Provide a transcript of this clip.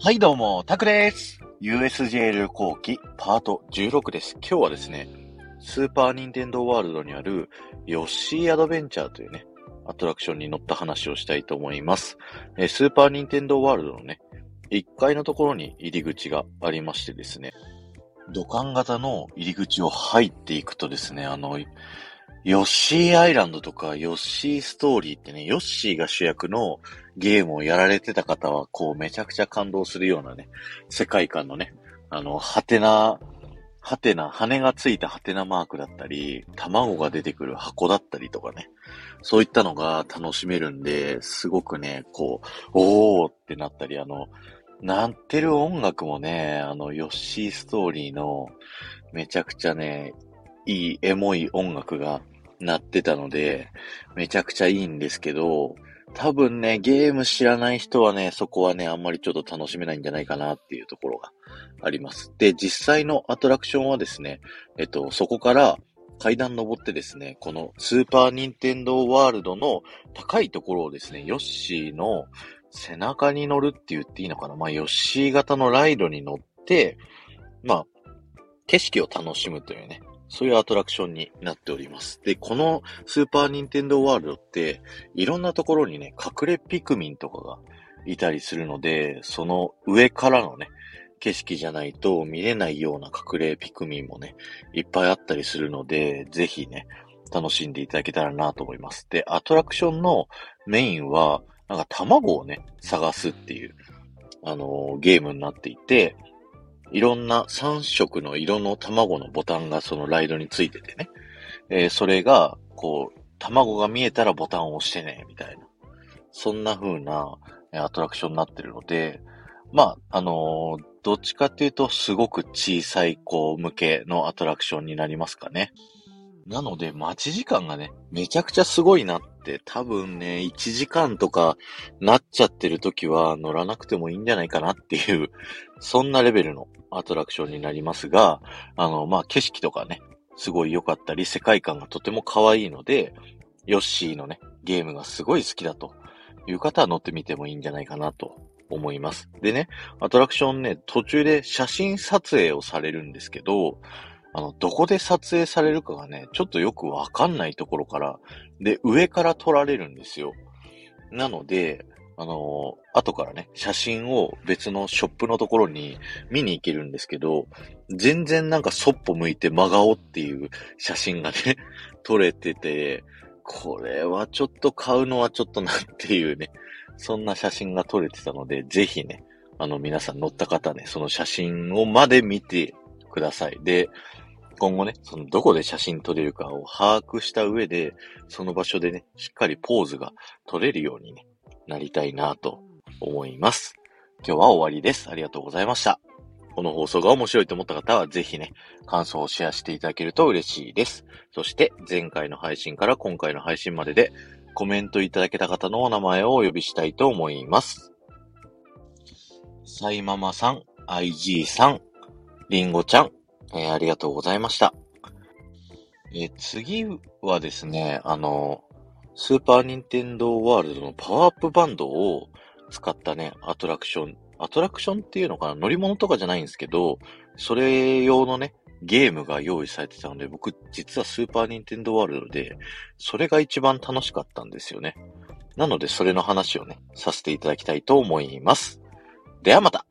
はいどうも、タクです。USJ 旅行記パート16です。今日はですね、スーパーニンテンドーワールドにあるヨッシーアドベンチャーというね、アトラクションに乗った話をしたいと思います。スーパーニンテンドーワールドのね、1階のところに入り口がありましてですね、土管型の入り口を入っていくとですね、ヨッシーアイランドとかヨッシーストーリーってね、ヨッシーが主役のゲームをやられてた方は、めちゃくちゃ感動するようなね、世界観のね、羽がついたハテナマークだったり、卵が出てくる箱だったりとかね、そういったのが楽しめるんで、すごくね、おーってなったり、鳴ってる音楽もね、ヨッシーストーリーのめちゃくちゃね、いいエモい音楽が鳴ってたので、めちゃくちゃいいんですけど、多分ね、ゲーム知らない人はね、そこはね、あんまりちょっと楽しめないんじゃないかなっていうところがあります。で、実際のアトラクションはですね、そこから階段登ってですね、このスーパーニンテンドーワールドの高いところをですね、ヨッシーの背中に乗るって言っていいのかな、ヨッシー型のライドに乗って、景色を楽しむというね、そういうアトラクションになっております。で、このスーパーニンテンドーワールドって、いろんなところにね、隠れピクミンとかがいたりするので、その上からのね、景色じゃないと見れないような隠れピクミンもね、いっぱいあったりするので、ぜひね、楽しんでいただけたらなと思います。で、アトラクションのメインは、なんか卵をね、探すっていう、ゲームになっていて、いろんな3色の色の卵のボタンがそのライドについててね。それが、卵が見えたらボタンを押してね、みたいな。そんな風なアトラクションになってるので、どっちかっていうとすごく小さい子向けのアトラクションになりますかね。なので、待ち時間がね、めちゃくちゃすごいなって、多分ね、1時間とかなっちゃってる時は乗らなくてもいいんじゃないかなっていう、そんなレベルのアトラクションになりますが、景色とかね、すごい良かったり、世界観がとても可愛いので、ヨッシーのね、ゲームがすごい好きだという方は乗ってみてもいいんじゃないかなと思います。でね、アトラクションね、途中で写真撮影をされるんですけど、どこで撮影されるかがね、ちょっとよくわかんないところから、で、上から撮られるんですよ。なので、後からね、写真を別のショップのところに見に行けるんですけど、全然なんかそっぽ向いて真顔っていう写真がね、撮れてて、これはちょっと買うのはちょっとなっていうね、そんな写真が撮れてたので、ぜひね、皆さん乗った方ね、その写真をまで見てください。で、今後ね、そのどこで写真撮れるかを把握した上で、その場所でね、しっかりポーズが撮れるようにね、なりたいなと思います。今日は終わりです。ありがとうございました。この放送が面白いと思った方は、ぜひね、感想をシェアしていただけると嬉しいです。そして、前回の配信から今回の配信までで、コメントいただけた方のお名前をお呼びしたいと思います。サイママさん、IG さん、リンゴちゃん、ありがとうございました。次はですね、スーパーニンテンドーワールドのパワーアップバンドを使ったね、アトラクションっていうのかな、乗り物とかじゃないんですけど、それ用のね、ゲームが用意されてたので、僕、実はスーパーニンテンドーワールドで、それが一番楽しかったんですよね。なので、それの話をね、させていただきたいと思います。ではまた